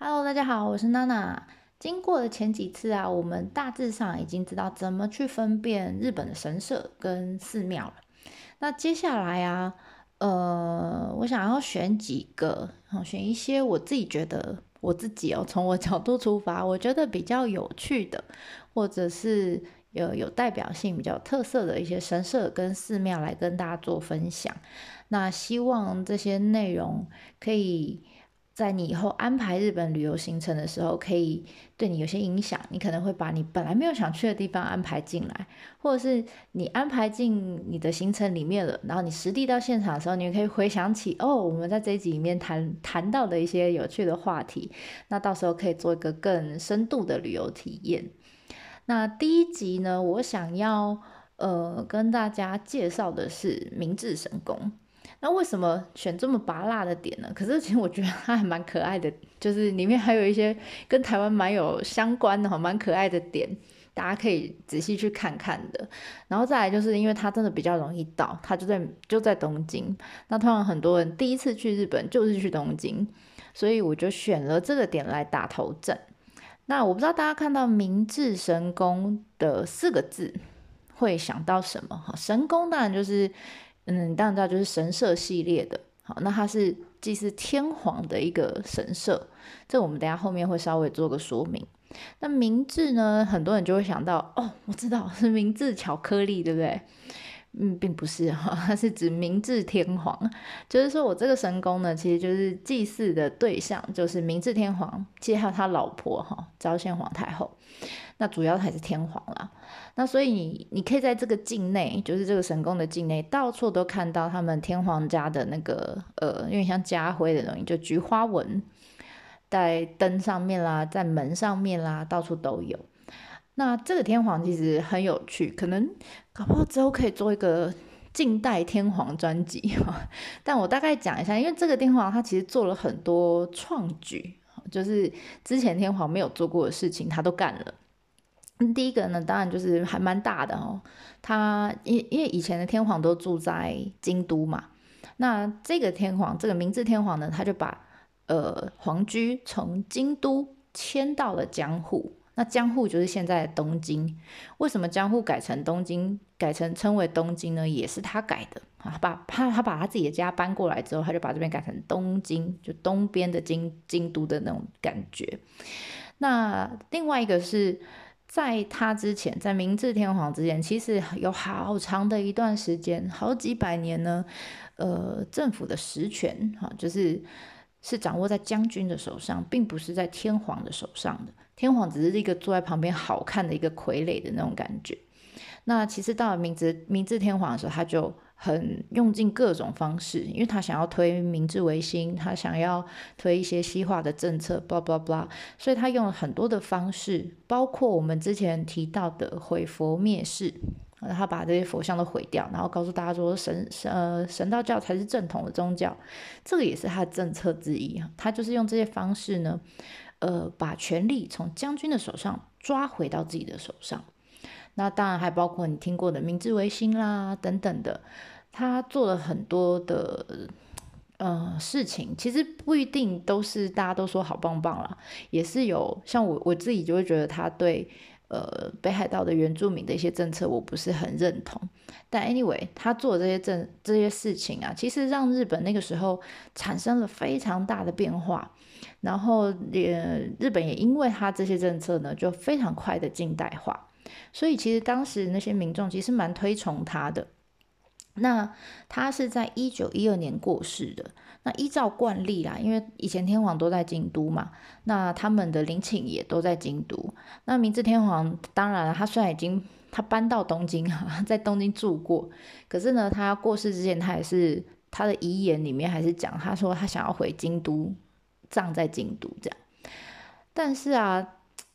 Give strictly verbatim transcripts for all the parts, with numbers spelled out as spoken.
Hello，大家好，我是娜娜。经过了前几次啊，我们大致上已经知道怎么去分辨日本的神社跟寺庙了。那接下来啊，呃，我想要选几个，好选一些我自己觉得我自己哦，从我角度出发，我觉得比较有趣的，或者是有有代表性、比较有特色的一些神社跟寺庙来跟大家做分享。那希望这些内容可以在你以后安排日本旅游行程的时候，可以对你有些影响。你可能会把你本来没有想去的地方安排进来，或者是你安排进你的行程里面了，然后你实地到现场的时候，你可以回想起哦，我们在这一集里面谈谈到的一些有趣的话题，那到时候可以做一个更深度的旅游体验。那第一集呢，我想要呃跟大家介绍的是明治神宫。那为什么选这么拔辣的点呢？可是其实我觉得它还蛮可爱的，就是里面还有一些跟台湾蛮有相关的、蛮可爱的点，大家可以仔细去看看的。然后再来就是因为它真的比较容易到，它就在就在东京。那通常很多人第一次去日本就是去东京，所以我就选了这个点来打头阵。那我不知道大家看到明治神宫的四个字会想到什么？哈，神宫当然就是，嗯，当然知道就是神社系列的。好，那它是既是天皇的一个神社，这我们等一下后面会稍微做个说明。那明治呢，很多人就会想到，哦，我知道是明治巧克力，对不对？嗯，并不是哈，它是指明治天皇，就是说我这个神宫呢，其实就是祭祀的对象就是明治天皇，其实还有他老婆哈，昭宪皇太后，那主要还是天皇啦。那所以你你可以在这个境内，就是这个神宫的境内，到处都看到他们天皇家的那个呃，有点像家徽的东西，就菊花纹，在灯上面啦，在门上面啦，到处都有。那这个天皇其实很有趣，可能搞不好之后可以做一个近代天皇专辑，但我大概讲一下，因为这个天皇他其实做了很多创举，就是之前天皇没有做过的事情，他都干了。第一个呢，当然就是还蛮大的哦，他因因为以前的天皇都住在京都嘛，那这个天皇，这个明治天皇呢，他就把呃皇居从京都迁到了江户。那江户就是现在的东京，为什么江户改成东京，改成称为东京呢？也是他改的啊，把他他把他自己的家搬过来之后，他就把这边改成东京，就东边的京京都的那种感觉。那另外一个是在他之前，在明治天皇之前，其实有好长的一段时间，好几百年呢，呃，政府的实权哈，就是是掌握在将军的手上，并不是在天皇的手上的。天皇只是一个坐在旁边好看的一个傀儡的那种感觉。那其实到了明治明治天皇的时候，他就很用尽各种方式，因为他想要推明治维新，他想要推一些西化的政策，blah blah blah，所以他用了很多的方式，包括我们之前提到的毁佛灭世。他把这些佛像都毁掉，然后告诉大家说神呃神道教才是正统的宗教，这个也是他的政策之一。他就是用这些方式呢，呃，把权力从将军的手上抓回到自己的手上。那当然还包括你听过的明治维新啦等等的，他做了很多的呃事情，其实不一定都是大家都说好棒棒啦，也是有像我我自己就会觉得他对呃北海道的原住民的一些政策我不是很认同，但 anyway 他做的这些政这些事情啊，其实让日本那个时候产生了非常大的变化。然后也日本也因为他这些政策呢，就非常快的近代化，所以其实当时那些民众其实蛮推崇他的。那他是在一九一二年过世的。那依照惯例啦，因为以前天皇都在京都嘛，那他们的陵寝也都在京都。那明治天皇当然了，他虽然已经他搬到东京，在东京住过，可是呢，他过世之前，他也是他的遗言里面还是讲，他说他想要回京都，葬在京都这样。但是啊，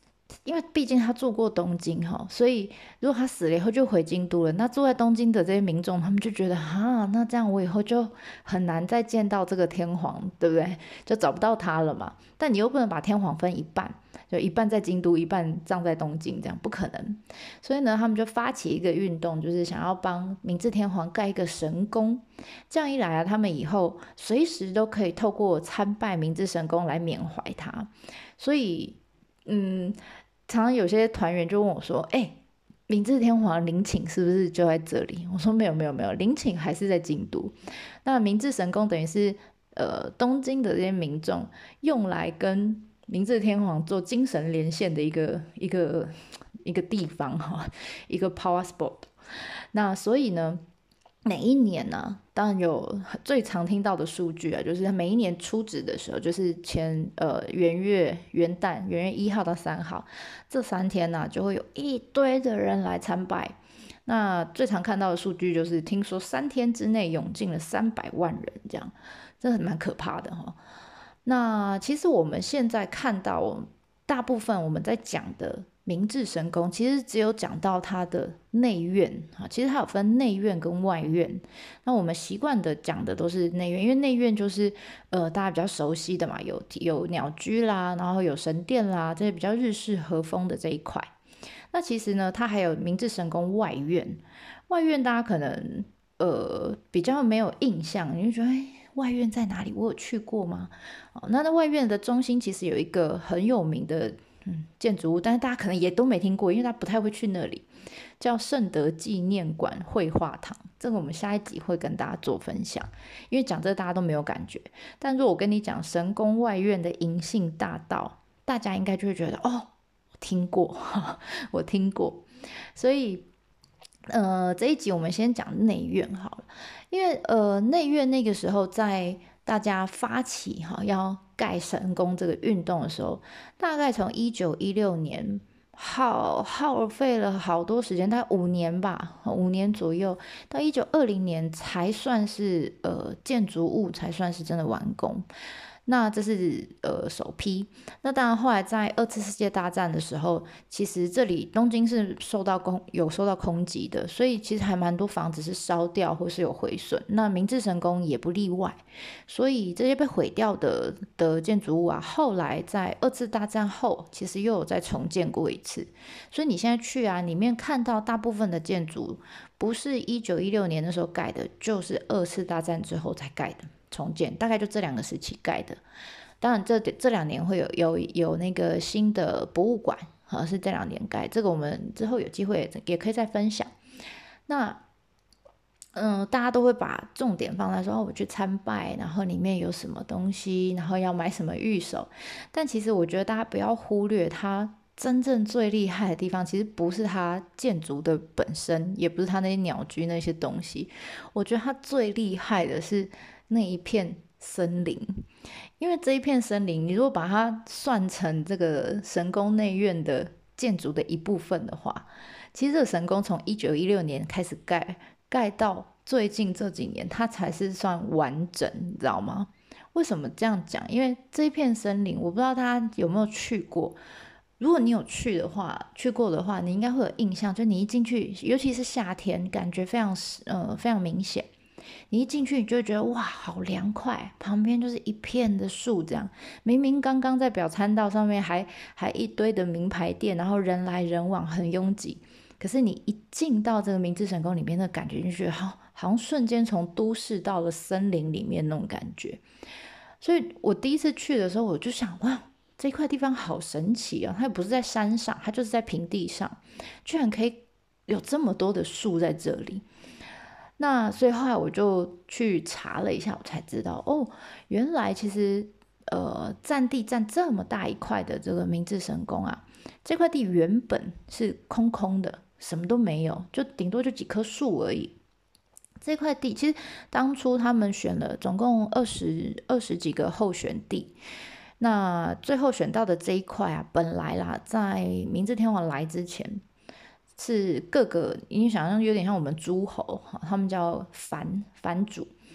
因为毕竟他住过东京哈，所以如果他死了以后就回京都了，那住在东京的这些民众，他们就觉得哈，那这样我以后就很难再见到这个天皇，对不对？就找不到他了嘛。但你又不能把天皇分一半，就一半在京都，一半葬在东京，这样不可能。所以呢，他们就发起一个运动，就是想要帮明治天皇盖一个神宫。这样一来啊，他们以后随时都可以透过参拜明治神宫来缅怀他。所以，嗯。常常有些团员就问我说：“哎、欸，明治天皇陵寝是不是就在这里？”我说：“没有，没有，没有，陵寝还是在京都。那明治神宫等于是呃东京的这些民众用来跟明治天皇做精神连线的一个一个一个地方哈，一个 power spot。那所以呢？”每一年呢、啊，当然有最常听到的数据啊，就是每一年初值的时候，就是前呃元月元旦元月一号到三号这三天呢、啊，就会有一堆的人来参拜。那最常看到的数据就是，听说三天之内涌进了三百万人，这样，这很蛮可怕的哈。那其实我们现在看到大部分我们在讲的。明治神宫其实只有讲到它的内院啊，其实它有分内院跟外院。那我们习惯的讲的都是内院，因为内院就是呃大家比较熟悉的嘛，有有鸟居啦，然后有神殿啦，这些比较日式和风的这一块。那其实呢，它还有明治神宫外院，外院大家可能呃比较没有印象，你就觉得哎。外院在哪里？我有去过吗？哦，那那外院的中心其实有一个很有名的。嗯，建筑物，但是大家可能也都没听过，因为大家不太会去那里，叫圣德纪念馆绘画堂。这个我们下一集会跟大家做分享，因为讲这个大家都没有感觉。但如果我跟你讲神宫外院的银杏大道，大家应该就会觉得哦，我听过，呵呵我听过。所以，呃，这一集我们先讲内院好了，因为呃，内院那个时候在。大家发起哈要盖神宫这个运动的时候，大概从一九一六年耗耗费了好多时间，大概五年吧，五年左右，到一九二零年才算是呃建筑物才算是真的完工。那这是呃首批，那当然后来在二次世界大战的时候，其实这里东京是受到空有受到空袭的，所以其实还蛮多房子是烧掉或是有毁损，那明治神宫也不例外，所以这些被毁掉的的建筑物啊，后来在二次大战后，其实又有再重建过一次，所以你现在去啊，里面看到大部分的建筑不是一九一六年的时候盖的，就是二次大战之后才盖的。重建大概就这两个时期盖的，当然这这两年会有有有那个新的博物馆，好像是这两年盖，这个我们之后有机会也可以再分享。那嗯，大家都会把重点放在说哦，我去参拜，然后里面有什么东西，然后要买什么御守。但其实我觉得大家不要忽略它真正最厉害的地方，其实不是它建筑的本身，也不是它那些鸟居那些东西。我觉得它最厉害的是。那一片森林，因为这一片森林，你如果把它算成这个神宫内院的建筑的一部分的话，其实这个神宫从一九一六年开始盖，盖到最近这几年，它才是算完整，你知道吗？为什么这样讲？因为这一片森林，我不知道大家有没有去过。如果你有去的话，去过的话，你应该会有印象，就你一进去，尤其是夏天，感觉非常呃非常明显。你一进去，你就会觉得哇，好凉快，旁边就是一片的树，这样明明刚刚在表参道上面还还一堆的名牌店，然后人来人往，很拥挤。可是你一进到这个明治神宫里面的感觉，就觉得好，好像瞬间从都市到了森林里面那种感觉。所以我第一次去的时候，我就想哇，这块地方好神奇啊！它也不是在山上，它就是在平地上，居然可以有这么多的树在这里。那所以后来我就去查了一下，我才知道哦，原来其实呃占地占这么大一块的这个明治神宫啊，这块地原本是空空的，什么都没有，就顶多就几棵树而已。这块地其实当初他们选了总共二十二十几个候选地，那最后选到的这一块啊，本来啦在明治天皇来之前。是各个，你想象有点像我们诸侯，他们叫藩藩主。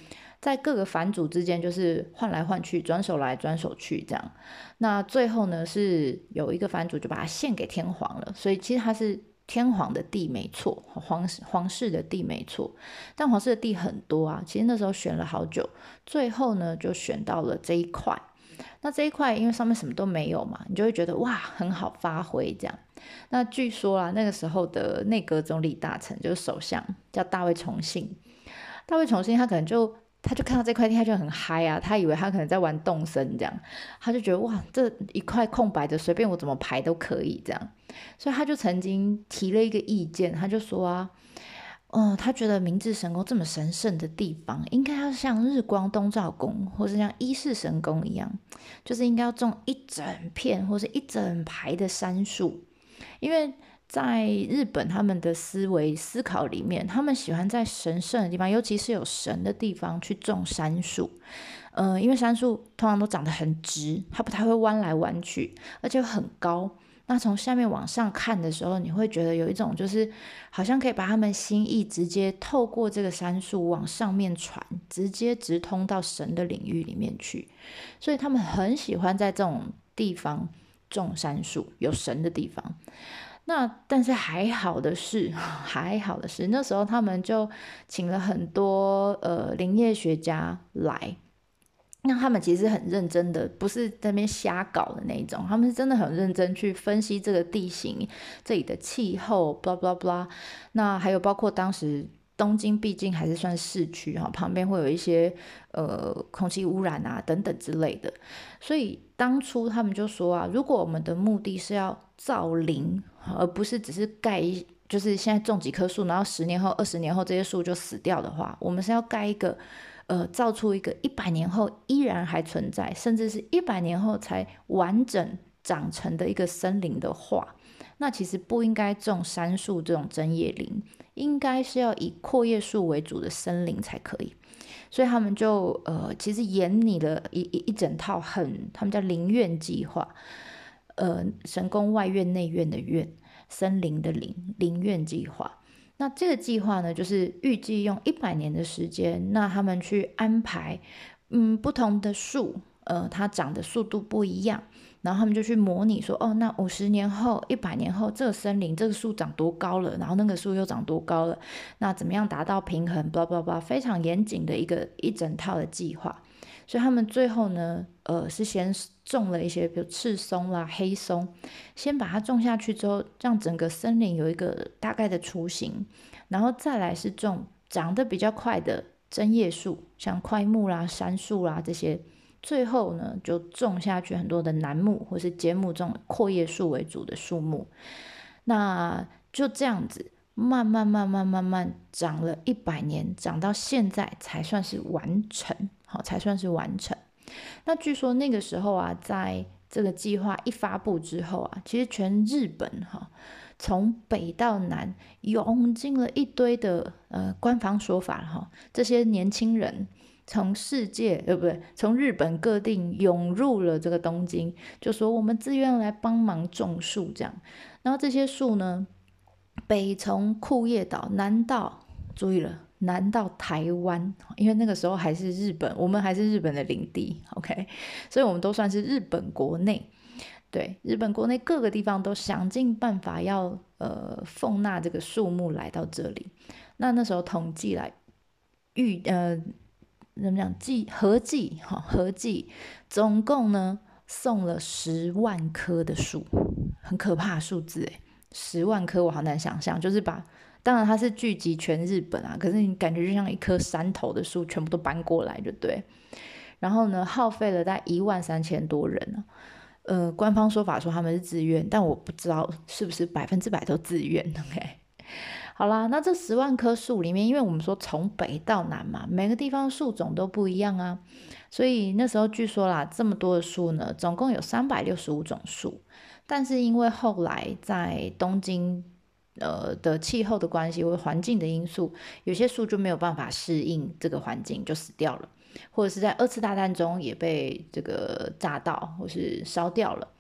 在各个藩主之间就是换来换去，转手来转手去这样。那最后呢，是有一个藩主就把它献给天皇了，所以其实它是天皇的地没错，皇皇室的地没错，但皇室的地很多啊，其实那时候选了好久，最后呢就选到了这一块。那这一块因为上面什么都没有嘛，你就会觉得哇很好发挥这样。那据说啊，那个时候的内阁总理大臣就是首相叫大卫崇信，大卫崇信他可能就他就看到这块地他就很嗨啊，他以为他可能在玩动森这样，他就觉得哇这一块空白的随便我怎么排都可以这样，所以他就曾经提了一个意见，他就说啊哦，他觉得明治神宫这么神圣的地方，应该要像日光东照宫或是像伊势神宫一样，就是应该要种一整片或是一整排的杉树。因为在日本他们的思维思考里面，他们喜欢在神圣的地方，尤其是有神的地方去种杉树。呃，因为杉树通常都长得很直，它不太会弯来弯去，而且很高。那从下面往上看的时候，你会觉得有一种就是好像可以把他们心意直接透过这个杉树往上面传，直接直通到神的领域里面去。所以他们很喜欢在这种地方种杉树，有神的地方。那但是还好的是，还好的是那时候他们就请了很多呃林业学家来。那他们其实很认真的，不是在那边瞎搞的那种，他们是真的很认真去分析这个地形、这里的气候，blah blah blah。那还有包括当时东京毕竟还是算市区哈，旁边会有一些呃空气污染啊等等之类的，所以当初他们就说啊，如果我们的目的是要造林，而不是只是盖一。就是现在种几棵树，然后十年后、二十年后这些树就死掉的话，我们是要盖一个呃，造出一个一百年后依然还存在，甚至是一百年后才完整长成的一个森林的话，那其实不应该种杉树这种针叶林，应该是要以阔叶树为主的森林才可以。所以他们就呃，其实研拟了一一一整套很，他们叫林院计划，呃，神宫外院内院的院，森林的林，林院计划。那这个计划呢，就是预计用一百年的时间，那他们去安排，嗯，不同的树，呃，它长的速度不一样，然后他们就去模拟说，哦，那五十年后、一百年后，这个森林这个树长多高了，然后那个树又长多高了，那怎么样达到平衡？blah blah blah，非常严谨的一个一整套的计划。所以他们最后呢，呃，是先种了一些，比如赤松啦、黑松，先把它种下去之后，让整个森林有一个大概的雏形，然后再来是种长得比较快的针叶树，像檜木啦、杉树啦这些，最后呢就种下去很多的楠木或是尖木这种阔叶树为主的树木，那就这样子。慢慢慢慢慢慢长了一百年，长到现在才算是完成，好，才算是完成。那据说那个时候啊，在这个计划一发布之后啊，其实全日本哈，从北到南涌进了一堆的呃官方说法哈，这些年轻人从世界呃不对，从日本各地涌入了这个东京，就说我们自愿来帮忙种树这样。然后这些树呢，北从库页岛，南到注意了，南到台湾，因为那个时候还是日本，我们还是日本的领地 ，OK， 所以我们都算是日本国内。对，日本国内各个地方都想尽办法要呃奉纳这个树木来到这里。那那时候统计来预呃怎么讲计合计哈合计总共呢送了十万棵的树，很可怕的数字哎。十万棵我好难想象，就是把，当然它是聚集全日本啊，可是你感觉就像一棵山头的树全部都搬过来，就对。然后呢，耗费了大概一万三千多人呢、啊。呃，官方说法说他们是自愿，但我不知道是不是百分之百都自愿。OK， 好啦，那这十万棵树里面，因为我们说从北到南嘛，每个地方树种都不一样啊，所以那时候据说啦，这么多的树呢，总共有三百六十五种树。但是因为后来在东京呃的气候的关系或环境的因素，有些树就没有办法适应这个环境，就死掉了，或者是在二次大战中也被这个炸到或是烧掉了。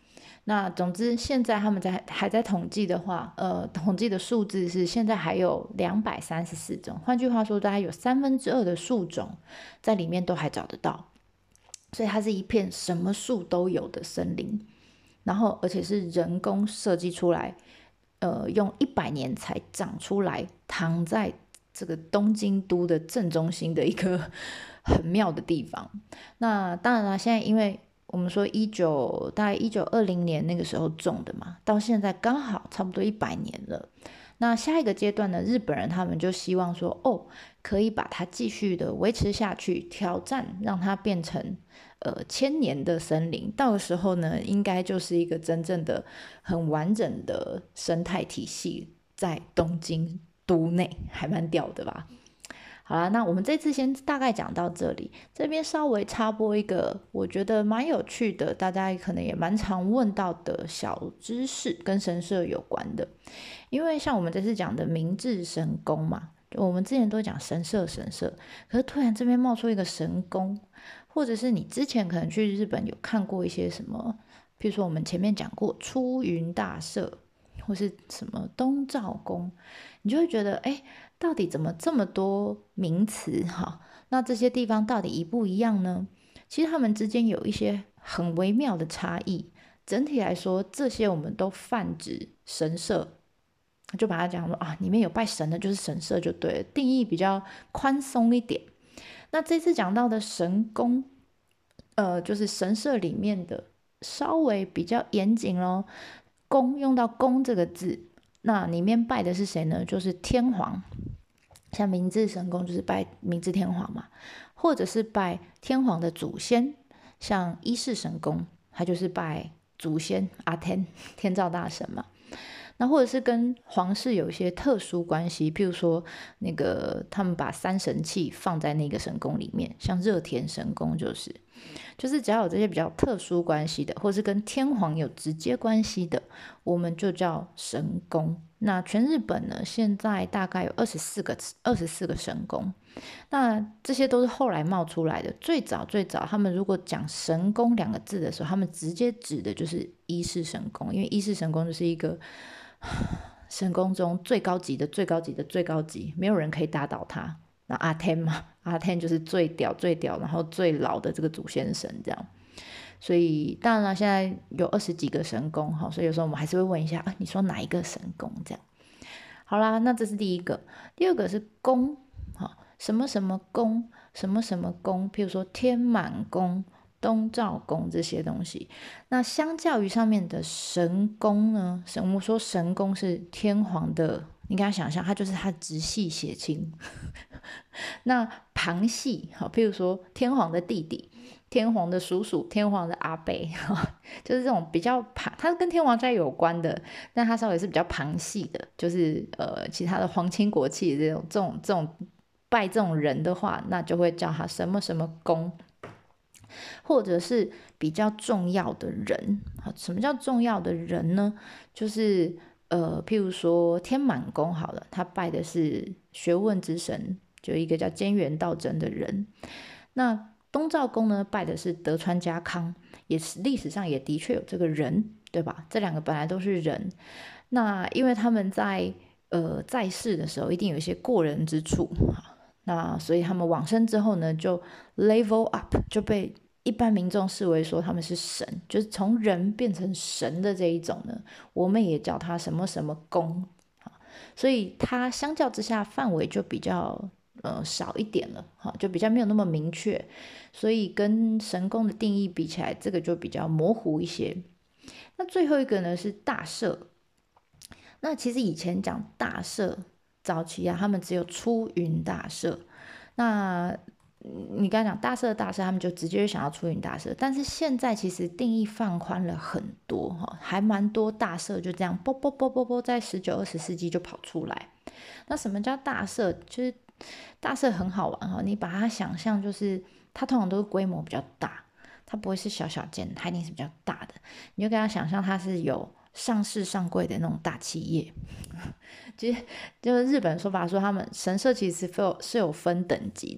那总之现在他们在还在统计的话，呃，统计的数字是现在还有两百三十四种，换句话说，大概有三分之二的树种在里面都还找得到，所以它是一片什么树都有的森林，然后而且是人工设计出来，呃，用一百年才长出来，躺在这个东京都的正中心的一个很妙的地方。那当然了，现在因为我们说一九大概一九二零年那个时候种的嘛，到现在刚好差不多一百年了。那下一个阶段呢，日本人他们就希望说，哦，可以把它继续的维持下去，挑战让它变成呃千年的森林。到时候呢，应该就是一个真正的很完整的生态体系在东京都内，还蛮屌的吧。好啦，那我们这次先大概讲到这里，这边稍微插播一个我觉得蛮有趣的，大家可能也蛮常问到的小知识，跟神社有关的。因为像我们这次讲的明治神宫嘛，我们之前都讲神社神社，可是突然这边冒出一个神宫，或者是你之前可能去日本有看过一些什么，譬如说我们前面讲过出云大社，或是什么东照宫，你就会觉得哎，到底怎么这么多名词哈？那这些地方到底一不一样呢？其实他们之间有一些很微妙的差异。整体来说，这些我们都泛指神社，就把它讲说啊，里面有拜神的就是神社就对了，定义比较宽松一点。那这次讲到的神宫，呃，就是神社里面的稍微比较严谨咯。宫用到宫这个字，那里面拜的是谁呢？就是天皇。像明治神宫就是拜明治天皇嘛，或者是拜天皇的祖先，像伊势神宫，它就是拜祖先阿天天照大神嘛。那或者是跟皇室有一些特殊关系，譬如说那个他们把三神器放在那个神宫里面，像热田神宫就是就是只要有这些比较特殊关系的，或是跟天皇有直接关系的，我们就叫神宫。那全日本呢，现在大概有二十四个二十四个神宫，那这些都是后来冒出来的。最早最早，他们如果讲神宫两个字的时候，他们直接指的就是伊势神宫，因为伊势神宫就是一个神宫中最高级的、最高级的、最高级，没有人可以打倒他。那阿天嘛，阿天就是最屌、最屌，然后最老的这个祖先神这样。所以当然了，现在有二十几个神宫，所以有时候我们还是会问一下，啊，你说哪一个神宫这样？好啦，那这是第一个。第二个是宫，什么什么宫，什么什么宫，譬如说天满宫、东照宫这些东西。那相较于上面的神宫呢，神我们说神宫是天皇的，你给他想象，他就是他直系血亲。那旁系，好，譬如说天皇的弟弟。天皇的叔叔，天皇的阿伯，就是这种比较旁，它跟天皇家有关的，但它稍微是比较旁系的，就是呃其他的皇亲国戚这种这种这种拜这种人的话，那就会叫他什么什么宫，或者是比较重要的人。好，什么叫重要的人呢？就是呃譬如说天满宫好了，他拜的是学问之神，就一个叫菅原道真的人。那东照宫呢，拜的是德川家康，也是历史上也的确有这个人，对吧？这两个本来都是人，那因为他们在呃在世的时候，一定有一些过人之处，那所以他们往生之后呢，就 level up， 就被一般民众视为说他们是神，就是从人变成神的这一种呢，我们也叫他什么什么宫，所以它相较之下范围就比较。呃，少一点了，就比较没有那么明确，所以跟神宫的定义比起来，这个就比较模糊一些。那最后一个呢是大社，那其实以前讲大社，早期啊，他们只有出云大社。那你刚才讲大社大社，他们就直接想要出云大社，但是现在其实定义放宽了很多，还蛮多大社就这样啵啵啵啵啵，在十九、二十世纪就跑出来。那什么叫大社？就是大社很好玩哈，你把它想象就是它通常都是规模比较大，它不会是小小间，它一定是比较大的。你就给它想象它是有上市上柜的那种大企业。其实就是日本说法说他们神社其实是有是有分等级的，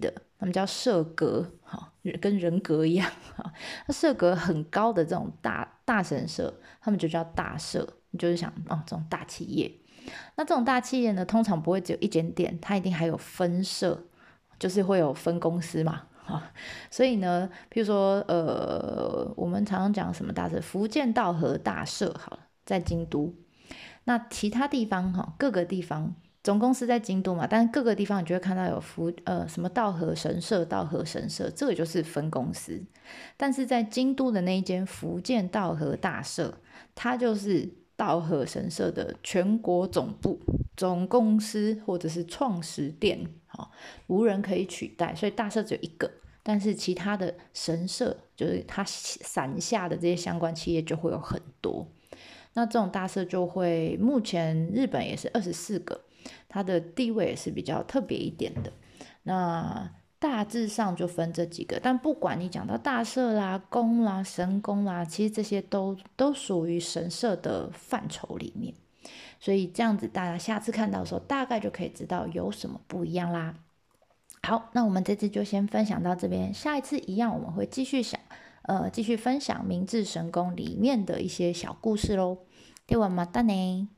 他们叫社格，跟人格一样。那社格很高的这种大大神社，他们就叫大社，你就是想哦，这种大企业。那这种大企业呢，通常不会只有一间店，它一定还有分社，就是会有分公司嘛。所以呢，譬如说，呃，我们常常讲什么大社，福建道和大社，好了，在京都。那其他地方哈，各个地方总公司在京都嘛，但是各个地方你就会看到有福呃什么道和神社、道和神社，这个就是分公司。但是在京都的那一间福建道和大社，它就是道和神社的全国总部、总公司或者是创始店，好，无人可以取代。所以大社只有一个，但是其他的神社就是它伞下的这些相关企业就会有很多。那这种大社就会，目前日本也是二十四个，它的地位也是比较特别一点的。那大致上就分这几个，但不管你讲到大社啦、宫啦、神宫啦，其实这些都都属于神社的范畴里面。所以这样子大家下次看到的时候，大概就可以知道有什么不一样啦。好，那我们这次就先分享到这边，下一次一样我们会继续想。呃，继续分享明治神宫里面的一些小故事咯。ではまたね。